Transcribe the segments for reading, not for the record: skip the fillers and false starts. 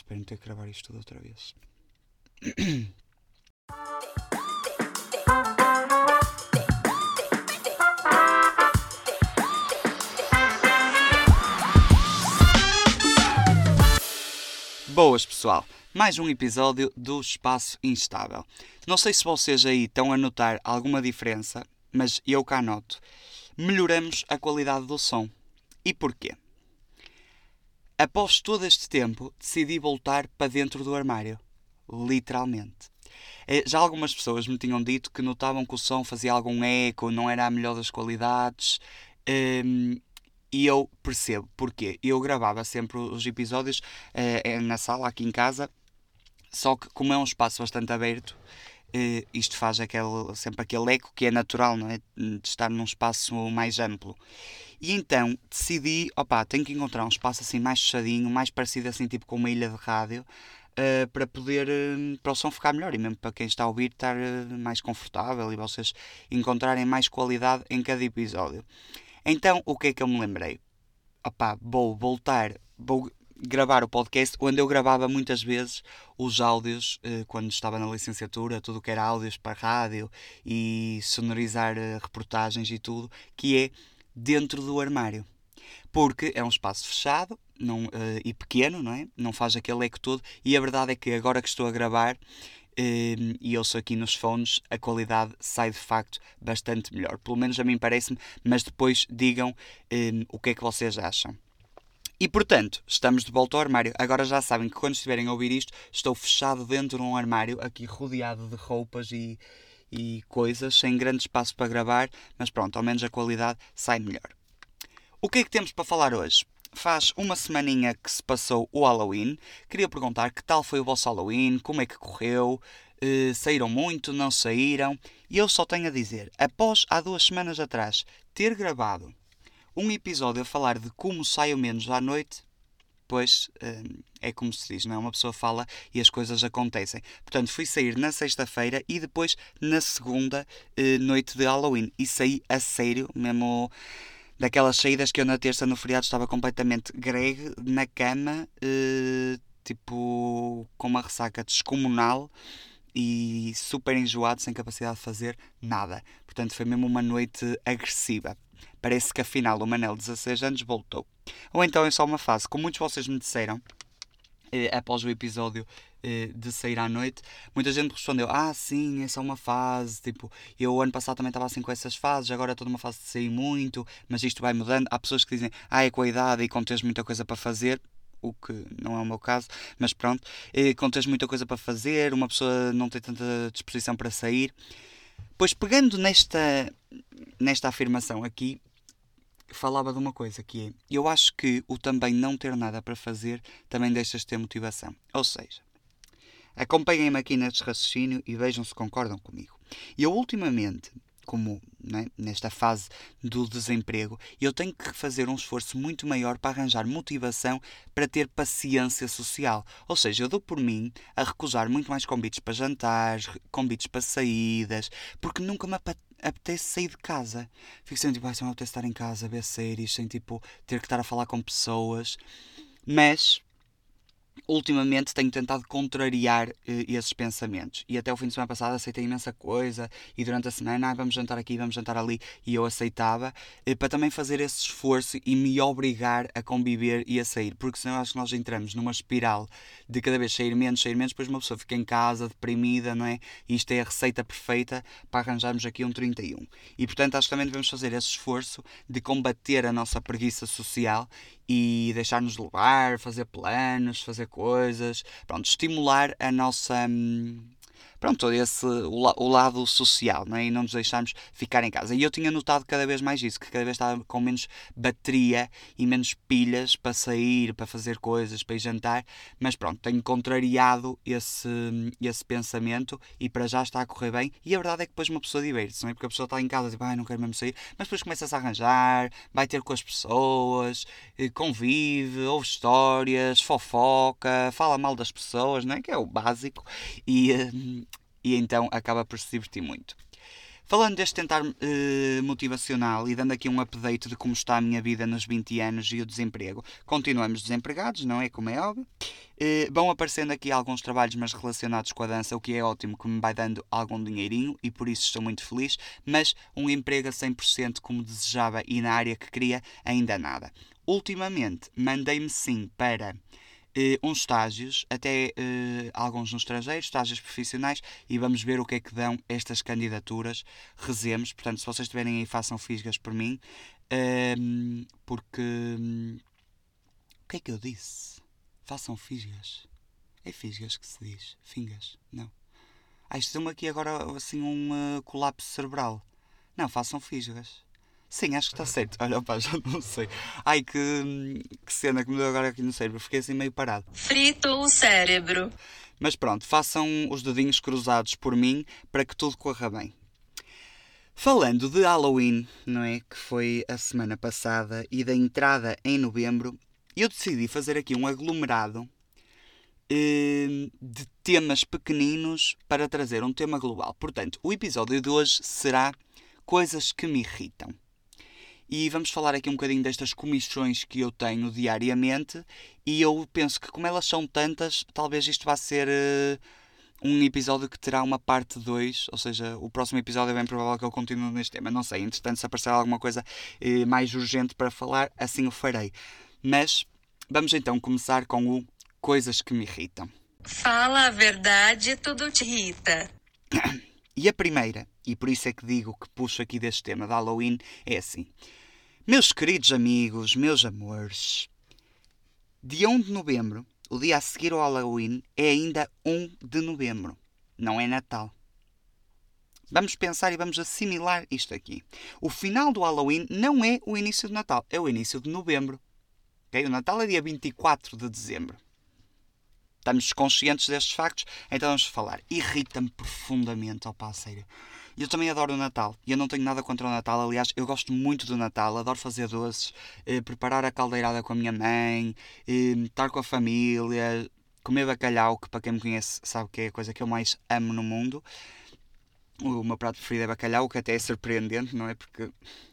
espero não ter que gravar isto tudo outra vez. Boas, pessoal! Mais um episódio do Espaço Instável. Não sei se vocês aí estão a notar alguma diferença, mas eu cá noto. Melhoramos a qualidade do som. E porquê? Após todo este tempo, decidi voltar para dentro do armário. Literalmente. Já algumas pessoas me tinham dito que notavam que o som fazia algum eco, não era a melhor das qualidades. E eu percebo porquê. Eu gravava sempre os episódios na sala, aqui em casa, só que como é um espaço bastante aberto, isto faz sempre aquele eco que é natural, não é? De estar num espaço mais amplo. E então decidi, tenho que encontrar um espaço assim mais fechadinho, mais parecido assim tipo com uma ilha de rádio, para poder, para o som ficar melhor e mesmo para quem está a ouvir estar mais confortável e vocês encontrarem mais qualidade em cada episódio. Então, o que é que eu me lembrei? Vou gravar o podcast onde eu gravava muitas vezes os áudios quando estava na licenciatura, tudo o que era áudios para rádio e sonorizar reportagens e tudo, que é dentro do armário. Porque é um espaço fechado e pequeno, não é? Não faz aquele eco todo, e a verdade é que agora que estou a gravar e eu sou aqui nos fones, a qualidade sai de facto bastante melhor. Pelo menos a mim parece-me, mas depois digam o que é que vocês acham. E portanto, estamos de volta ao armário. Agora já sabem que quando estiverem a ouvir isto, estou fechado dentro de um armário, aqui rodeado de roupas e coisas, sem grande espaço para gravar, mas pronto, ao menos a qualidade sai melhor. O que é que temos para falar hoje? Faz uma semaninha que se passou o Halloween. Queria perguntar que tal foi o vosso Halloween, como é que correu, saíram muito, não saíram? E eu só tenho a dizer, após há 2 semanas atrás ter gravado um episódio a falar de como saio menos à noite, pois é como se diz, não é? Uma pessoa fala e as coisas acontecem. Portanto, fui sair na sexta-feira e depois na segunda noite de Halloween. E saí a sério, mesmo daquelas saídas que eu na terça no feriado estava completamente gregue, na cama, tipo com uma ressaca descomunal e super enjoado, sem capacidade de fazer nada. Portanto, foi mesmo uma noite agressiva. Parece que afinal o Manel de 16 anos voltou. Ou então é só uma fase. Como muitos de vocês me disseram, após o episódio de sair à noite, muita gente respondeu, sim, é só uma fase, tipo, eu ano passado também estava assim com essas fases, agora estou numa fase de sair muito, mas isto vai mudando. Há pessoas que dizem, é com a idade e quando tens muita coisa para fazer, o que não é o meu caso, mas pronto, quando tens muita coisa para fazer, uma pessoa não tem tanta disposição para sair. Pois pegando nesta afirmação aqui, falava de uma coisa que é, eu acho que o também não ter nada para fazer também deixas de ter motivação. Ou seja, acompanhem-me aqui neste raciocínio e vejam se concordam comigo. Eu ultimamente, como nesta fase do desemprego, eu tenho que fazer um esforço muito maior para arranjar motivação para ter paciência social. Ou seja, eu dou por mim a recusar muito mais convites para jantares, convites para saídas, porque nunca me apetece sair de casa. Fico sempre tipo, só me apetece estar em casa, ver séries, sem tipo ter que estar a falar com pessoas. Mas ultimamente tenho tentado contrariar esses pensamentos. E até o fim de semana passado aceitei imensa coisa. E durante a semana, vamos jantar aqui, vamos jantar ali. E eu aceitava. Para também fazer esse esforço e me obrigar a conviver e a sair. Porque senão acho que nós entramos numa espiral de cada vez sair menos. Depois uma pessoa fica em casa, deprimida, não é? E isto é a receita perfeita para arranjarmos aqui um 31. E portanto acho que também devemos fazer esse esforço de combater a nossa preguiça social e deixar-nos levar, fazer planos, fazer coisas, pronto, estimular a nossa, todo o lado social, não é? E não nos deixarmos ficar em casa. E eu tinha notado cada vez mais isso, que cada vez estava com menos bateria e menos pilhas para sair, para fazer coisas, para ir jantar, mas pronto, tenho contrariado esse pensamento e para já está a correr bem. E a verdade é que depois uma pessoa diverte-se, não é? Porque a pessoa está em casa, tipo, não quero mesmo sair, mas depois começa-se a arranjar, vai ter com as pessoas, convive, ouve histórias, fofoca, fala mal das pessoas, não é? Que é o básico, e então acaba por se divertir muito. Falando deste tentar motivacional e dando aqui um update de como está a minha vida nos 20 anos e o desemprego, continuamos desempregados, não é? Como é óbvio. Vão aparecendo aqui alguns trabalhos, mas relacionados com a dança, o que é ótimo, que me vai dando algum dinheirinho e por isso estou muito feliz, mas um emprego a 100% como desejava e na área que queria, ainda nada. Ultimamente, mandei-me sim para uns estágios, até alguns no estrangeiro, estágios profissionais, e vamos ver o que é que dão estas candidaturas. Rezemos, portanto, se vocês estiverem aí, façam fisgas por mim, porque... o que é que eu disse? Façam fisgas. É fisgas que se diz? Fingas? Não. Isto deu-me aqui agora assim um colapso cerebral. Não, façam fisgas. Sim, acho que está certo. Olha, pá, já não sei. Ai, que cena que me deu agora aqui no cérebro. Fiquei assim meio parado. Fritou o cérebro. Mas pronto, façam os dedinhos cruzados por mim para que tudo corra bem. Falando de Halloween, não é? Que foi a semana passada e da entrada em novembro, eu decidi fazer aqui um aglomerado de temas pequeninos para trazer um tema global. Portanto, o episódio de hoje será coisas que me irritam. E vamos falar aqui um bocadinho destas comissões que eu tenho diariamente e eu penso que como elas são tantas, talvez isto vá ser um episódio que terá uma parte 2, ou seja, o próximo episódio é bem provável que eu continue neste tema. Não sei, entretanto, se aparecer alguma coisa mais urgente para falar, assim o farei. Mas vamos então começar com o coisas que me irritam. Fala a verdade, tudo te irrita. E a primeira, e por isso é que digo que puxo aqui deste tema de Halloween, é assim. Meus queridos amigos, meus amores, dia 1 de novembro, o dia a seguir ao Halloween, é ainda 1 de novembro. Não é Natal. Vamos pensar e vamos assimilar isto aqui. O final do Halloween não é o início do Natal, é o início de novembro. Okay? O Natal é dia 24 de dezembro. Estamos conscientes destes factos, então vamos falar. Irrita-me profundamente, pá, sério. Eu também adoro o Natal. E eu não tenho nada contra o Natal. Aliás, eu gosto muito do Natal. Adoro fazer doces, preparar a caldeirada com a minha mãe, estar com a família, comer bacalhau, que para quem me conhece sabe que é a coisa que eu mais amo no mundo. O meu prato preferido é bacalhau, o que até é surpreendente, não é? Porque...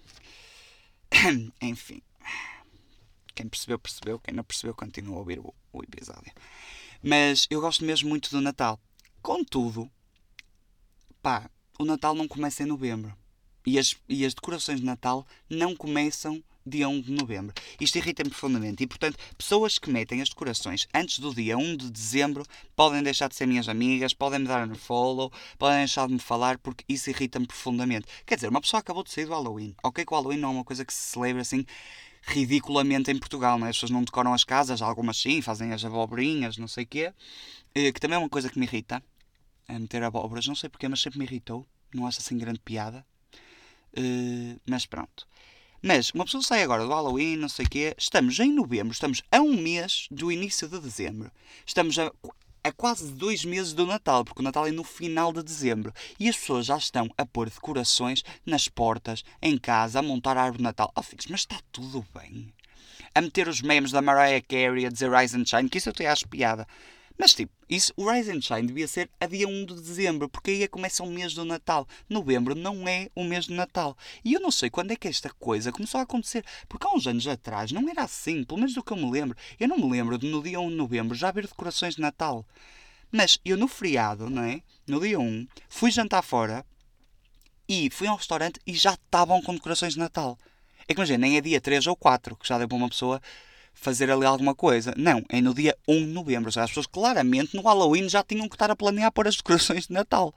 Enfim. Quem percebeu, percebeu. Quem não percebeu, continua a ouvir o episódio. Mas eu gosto mesmo muito do Natal. Contudo, pá, o Natal não começa em novembro. E as decorações de Natal não começam dia 1 de novembro. Isto irrita-me profundamente. E, portanto, pessoas que metem as decorações antes do dia 1 de dezembro podem deixar de ser minhas amigas, podem me dar um follow, podem deixar de me falar, porque isso irrita-me profundamente. Quer dizer, uma pessoa acabou de sair do Halloween. Ok que o Halloween não é uma coisa que se celebra assim ridiculamente em Portugal, não é? As pessoas não decoram as casas, algumas sim, fazem as abobrinhas, não sei o quê, que também é uma coisa que me irrita, a meter abóboras, não sei porquê, mas sempre me irritou, não acho assim grande piada, mas pronto. Mas uma pessoa sai agora do Halloween, não sei o quê, estamos em novembro, estamos a um mês do início de dezembro, estamos a quase 2 meses do Natal, porque o Natal é no final de dezembro. E as pessoas já estão a pôr decorações nas portas, em casa, a montar a árvore de Natal. Oh, filhos, mas está tudo bem. A meter os memes da Mariah Carey a dizer Rise and Shine, que isso eu até acho piada. Mas tipo, isso, o Rise and Shine devia ser a dia 1 de dezembro, porque aí começa o mês do Natal. Novembro não é o mês do Natal. E eu não sei quando é que esta coisa começou a acontecer, porque há uns anos atrás não era assim, pelo menos do que eu me lembro. Eu não me lembro de no dia 1 de novembro já haver decorações de Natal. Mas eu no feriado, não é? No dia 1, fui jantar fora e fui a um restaurante e já estavam com decorações de Natal. É que imagina, nem é dia 3 ou 4 que já deu para uma pessoa fazer ali alguma coisa. Não, é no dia 1 de novembro. Ou seja, as pessoas claramente no Halloween já tinham que estar a planear pôr as decorações de Natal.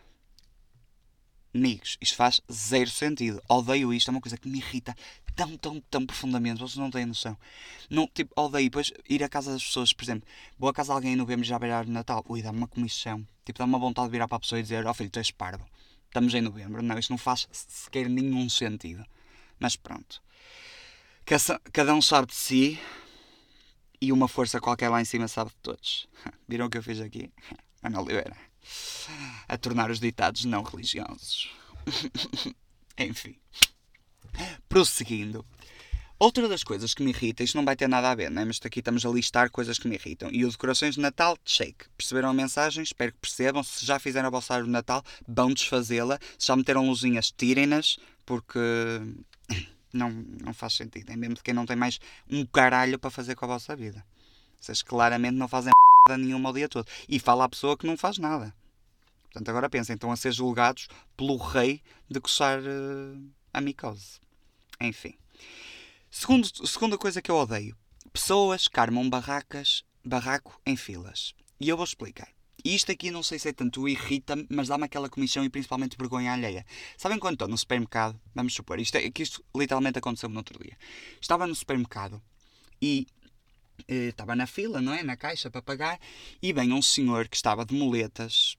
Amigos, isto faz zero sentido. Odeio isto, é uma coisa que me irrita tão profundamente, vocês não têm noção. Não, tipo, odeio depois ir à casa das pessoas, por exemplo, vou à casa de alguém em novembro e já beirar de Natal. Ui, dá-me uma comissão. Tipo, dá-me uma vontade de virar para a pessoa e dizer, ó filho, tu és parvo. Estamos em novembro. Não, isto não faz sequer nenhum sentido. Mas pronto. Cada um sabe de si e uma força qualquer lá em cima sabe de todos. Viram o que eu fiz aqui? Ana Oliveira. A tornar os ditados não religiosos. Enfim. Prosseguindo. Outra das coisas que me irrita, isto não vai ter nada a ver, né? Mas aqui estamos a listar coisas que me irritam. E o decorações de Natal, check. Perceberam a mensagem? Espero que percebam. Se já fizeram a vossa árvore de Natal, vão desfazê-la. Se já meteram luzinhas, tirem-nas, porque não faz sentido. É mesmo de quem não tem mais um caralho para fazer com a vossa vida. Vocês claramente não fazem merda nenhuma o dia todo. E fala a pessoa que não faz nada. Portanto, agora pensem, estão a ser julgados pelo rei de coçar a micose. Enfim. Segunda coisa que eu odeio. Pessoas que armam barraco em filas. E eu vou explicar. E isto aqui não sei se é tanto irrita-me, mas dá-me aquela comissão e principalmente vergonha alheia. Sabem quando estou no supermercado? Vamos supor, isto literalmente aconteceu-me no outro dia. Estava no supermercado e estava na fila, não é? Na caixa para pagar. E vem um senhor que estava de muletas.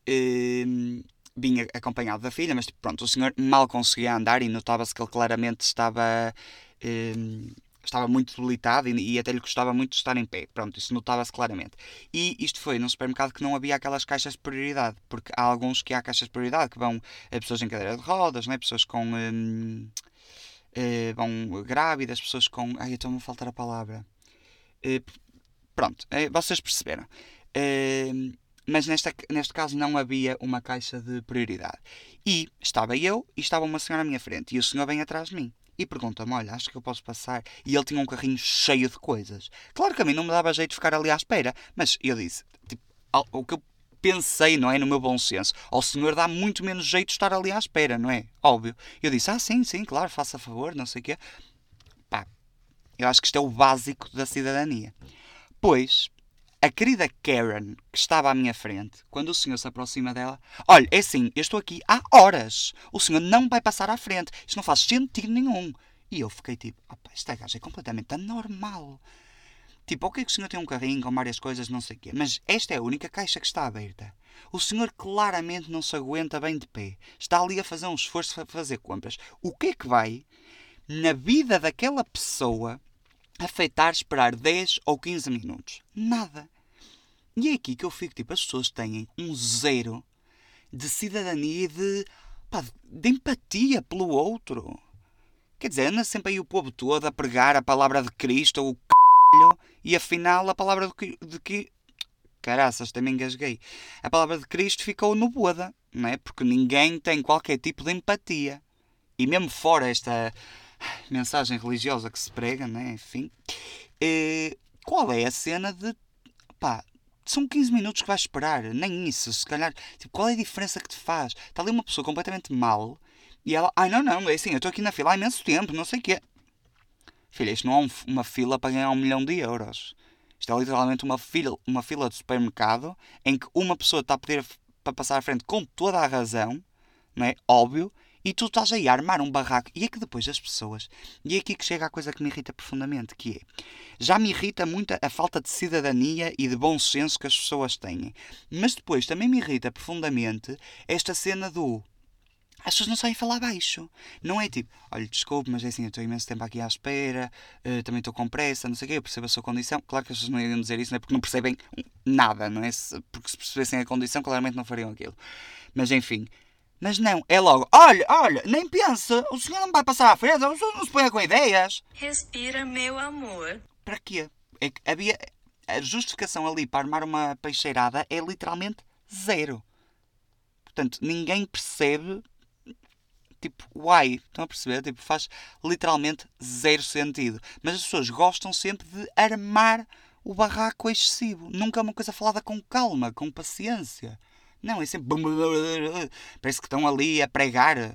Vinha acompanhado da filha, mas pronto, o senhor mal conseguia andar e notava-se que ele claramente estava muito debilitado e até lhe custava muito estar em pé. Pronto, isso notava-se claramente. E isto foi num supermercado que não havia aquelas caixas de prioridade, porque há alguns que há caixas de prioridade, que vão pessoas em cadeira de rodas, né? Pessoas com vão grávidas, pessoas com... Ai, estou-me a faltar a palavra. Pronto, vocês perceberam. Mas neste caso não havia uma caixa de prioridade. E estava eu e estava uma senhora à minha frente. E o senhor vem atrás de mim. E pergunta-me, olha, acho que eu posso passar. E ele tinha um carrinho cheio de coisas. Claro que a mim não me dava jeito de ficar ali à espera. Mas eu disse, tipo, o que eu pensei, não é, no meu bom senso. Ao senhor dá muito menos jeito de estar ali à espera, não é? Óbvio. Eu disse, sim, claro, faça favor, não sei o quê. Pá, eu acho que isto é o básico da cidadania. Pois... A querida Karen, que estava à minha frente, quando o senhor se aproxima dela... Olha, é assim, eu estou aqui há horas. O senhor não vai passar à frente. Isto não faz sentido nenhum. E eu fiquei tipo... Opa, esta gaja é completamente anormal. Tipo, ok que o senhor tem um carrinho com várias coisas, não sei o quê. Mas esta é a única caixa que está aberta. O senhor claramente não se aguenta bem de pé. Está ali a fazer um esforço para fazer compras. O que é que vai, na vida daquela pessoa... afeitar esperar 10 ou 15 minutos. Nada. E é aqui que eu fico, tipo, as pessoas têm um zero de cidadania e de empatia pelo outro. Quer dizer, anda sempre aí o povo todo a pregar a palavra de Cristo ou o c****, e afinal a palavra de que... Caraças, também engasguei. A palavra de Cristo ficou no boda, não é? Porque ninguém tem qualquer tipo de empatia. E mesmo fora esta... mensagem religiosa que se prega, né? Enfim. Qual é a cena de... Pá, são 15 minutos que vais esperar. Nem isso, se calhar. Tipo, qual é a diferença que te faz? Está ali uma pessoa completamente mal e ela... não, é assim, eu estou aqui na fila há imenso tempo, não sei o quê. Filha, isto não é uma fila para ganhar 1 milhão de euros. Isto é literalmente uma fila de supermercado em que uma pessoa está a pedir para passar à frente com toda a razão, não é? Óbvio. E tu estás aí a armar um barraco. E é que depois as pessoas... E é aqui que chega a coisa que me irrita profundamente, que é... Já me irrita muito a falta de cidadania e de bom senso que as pessoas têm. Mas depois também me irrita profundamente esta cena do... As pessoas não sabem falar baixo. Não é tipo... Olha, desculpe, mas é assim, eu estou imenso tempo aqui à espera. Também estou com pressa, não sei o quê. Eu percebo a sua condição. Claro que as pessoas não iriam dizer isso, não é? Porque não percebem nada, não é? Porque se percebessem a condição, claramente não fariam aquilo. Mas enfim... Mas não, é logo, olha, nem pensa, o senhor não vai passar à frente, o senhor não se põe com ideias. Respira, meu amor. Para quê? É que havia... A justificação ali para armar uma peixeirada é literalmente zero. Portanto, ninguém percebe, tipo, why? Estão a perceber? Tipo, faz literalmente zero sentido. Mas as pessoas gostam sempre de armar o barraco excessivo. Nunca é uma coisa falada com calma, com paciência. Não, é sempre... Parece que estão ali a pregar.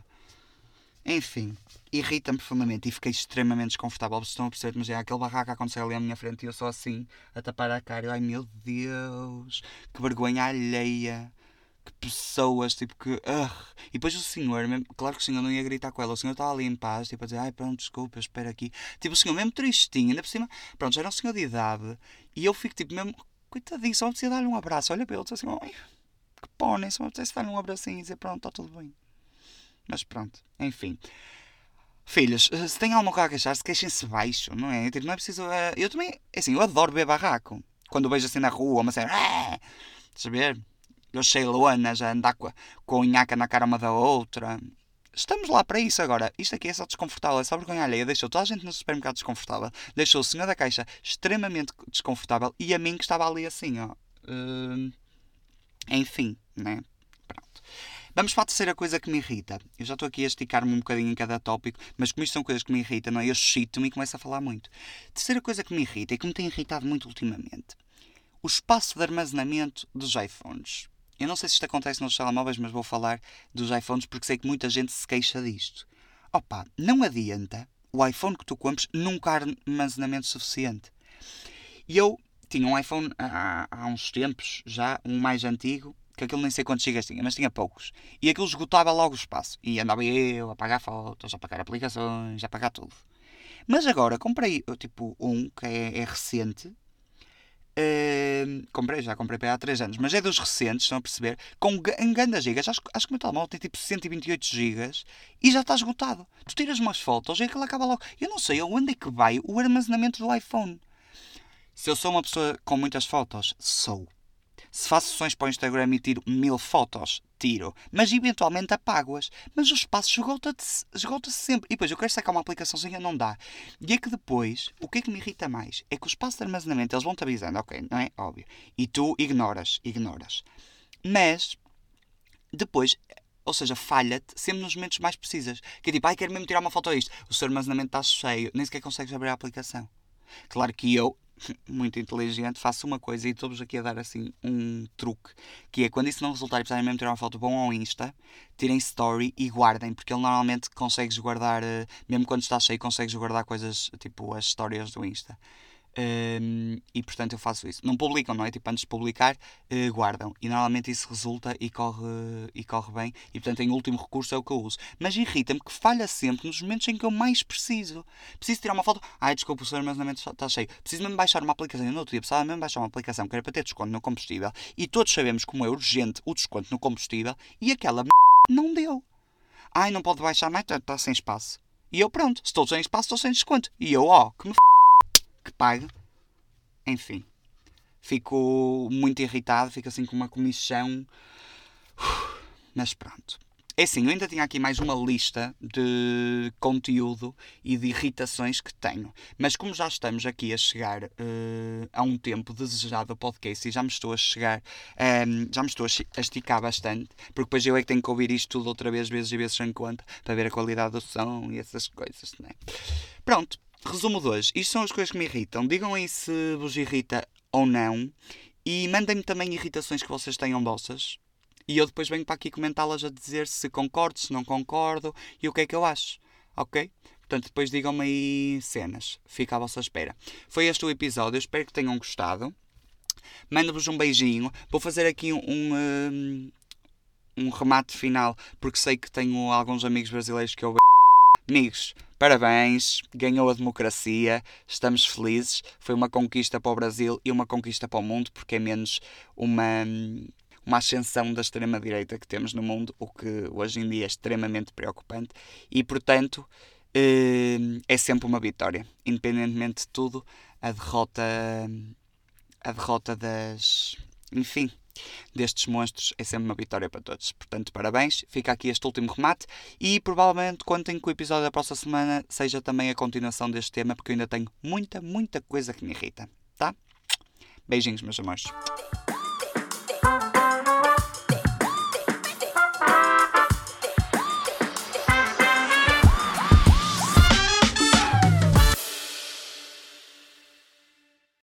Enfim, irrita-me profundamente e fiquei extremamente desconfortável. Vocês estão a perceber, mas é aquele barraco a acontecer ali à minha frente e eu só assim, a tapar a cara. Ai meu Deus, que vergonha alheia. Que pessoas, tipo que... E depois o senhor, mesmo, claro que o senhor não ia gritar com ela. O senhor estava ali em paz, tipo a dizer, ai pronto, desculpa, eu espero aqui. Tipo o senhor mesmo tristinho, ainda por cima, pronto, já era um senhor de idade. E eu fico tipo mesmo, coitadinho, só me precisa dar-lhe um abraço. Olha para ele, assim, ai... Que pónem, só me apetece dar um abracinho e dizer pronto, está tudo bem. Mas pronto, enfim. Filhos, se têm alguma coisa a queixar, se queixem-se baixo, não é? Tipo, não é preciso... eu também, assim, eu adoro ver barraco. Quando vejo assim na rua, uma cena... Estás a ver? Eu sei Luana já andar com a nhaca na cara uma da outra. estamos lá para isso agora. Isto aqui é só desconfortável, é só vergonha alheia. Deixou toda a gente no supermercado desconfortável. Deixou o senhor da caixa extremamente desconfortável. E a mim que estava ali assim, ó. Enfim, né? Pronto. Vamos para a terceira coisa que me irrita. Eu já estou aqui a esticar-me um bocadinho em cada tópico, mas como isto são coisas que me irritam, não é? Eu chito-me e começo a falar muito. Terceira coisa que me irrita e que me tem irritado muito ultimamente. O espaço de armazenamento dos iPhones. Eu não sei se isto acontece nos telemóveis, mas vou falar dos iPhones porque sei que muita gente se queixa disto. Opa, não adianta o iPhone que tu compres nunca há armazenamento suficiente. E eu tinha um iPhone há uns tempos, já, um mais antigo, que aquilo nem sei quantos gigas tinha, mas tinha poucos. E aquilo esgotava logo o espaço. E andava eu a apagar fotos, a apagar aplicações, a apagar tudo. Mas agora comprei, tipo, um que é recente. Já comprei para há 3 anos, mas é dos recentes, estão a perceber? Com grandes gigas, acho que o meu telemóvel tem tipo 128 gigas e já está esgotado. Tu tiras umas fotos e aquilo acaba logo. Eu não sei onde é que vai o armazenamento do iPhone. Se eu sou uma pessoa com muitas fotos, sou. Se faço sessões para o Instagram e tiro 1000 fotos, tiro. Mas eventualmente apago-as. Mas o espaço esgota-se sempre. E depois eu quero sacar uma aplicaçãozinha, não dá. E é que depois, o que é que me irrita mais? É que o espaço de armazenamento, eles vão-te avisando, ok, não é? Óbvio. E tu ignoras. Mas, depois, ou seja, falha-te sempre nos momentos mais precisos. Que é tipo, quero mesmo tirar uma foto a isto. O seu armazenamento está cheio. Nem sequer consegues abrir a aplicação. Claro que eu, muito inteligente, faço uma coisa e estou-vos aqui a dar assim um truque, que é quando isso não resultar e precisarem mesmo tirar uma foto, vão ao Insta, tirem story e guardem, porque ele normalmente consegues guardar, mesmo quando está cheio, consegues guardar coisas tipo as histórias do Insta. E portanto eu faço isso. Não publicam, não é? Tipo, antes de publicar, guardam. E normalmente isso resulta e corre bem. E portanto, em último recurso é o que eu uso. Mas irrita-me que falha sempre nos momentos em que eu mais preciso. Preciso tirar uma foto. Desculpa, o seu armazenamento está cheio. Preciso mesmo baixar uma aplicação. Eu no outro dia precisava mesmo baixar uma aplicação que era para ter desconto no combustível. E todos sabemos como é urgente o desconto no combustível. E aquela não deu. Não pode baixar mais, está sem espaço. E eu, pronto, se estou sem espaço, estou sem desconto. E eu, que me que pague. Enfim, fico muito irritado, fico assim com uma comichão. Mas pronto. É assim, eu ainda tinha aqui mais uma lista de conteúdo e de irritações que tenho. Mas como já estamos aqui a chegar a um tempo desejado do podcast e já me estou a chegar, já me estou a esticar bastante, porque depois eu é que tenho que ouvir isto tudo outra vez, vezes e vezes sem conta, para ver a qualidade do som e essas coisas, não é? Pronto. Resumo de hoje. Isto são as coisas que me irritam. Digam aí se vos irrita ou não. E mandem-me também irritações que vocês tenham vossas. E eu depois venho para aqui comentá-las a dizer se concordo, se não concordo e o que é que eu acho. Ok? Portanto, depois digam-me aí cenas. Fica à vossa espera. Foi este o episódio. Eu espero que tenham gostado. Mando-vos um beijinho. Vou fazer aqui um remate final, porque sei que tenho alguns amigos brasileiros que ouvem. Amigos, parabéns, ganhou a democracia, estamos felizes, foi uma conquista para o Brasil e uma conquista para o mundo, porque é menos uma ascensão da extrema-direita que temos no mundo, o que hoje em dia é extremamente preocupante, e portanto é sempre uma vitória, independentemente de tudo, a derrota destes monstros é sempre uma vitória para todos. Portanto, parabéns. Fica aqui este último remate e provavelmente contem que o episódio da próxima semana seja também a continuação deste tema, porque eu ainda tenho muita coisa que me irrita, tá? Beijinhos, meus amores.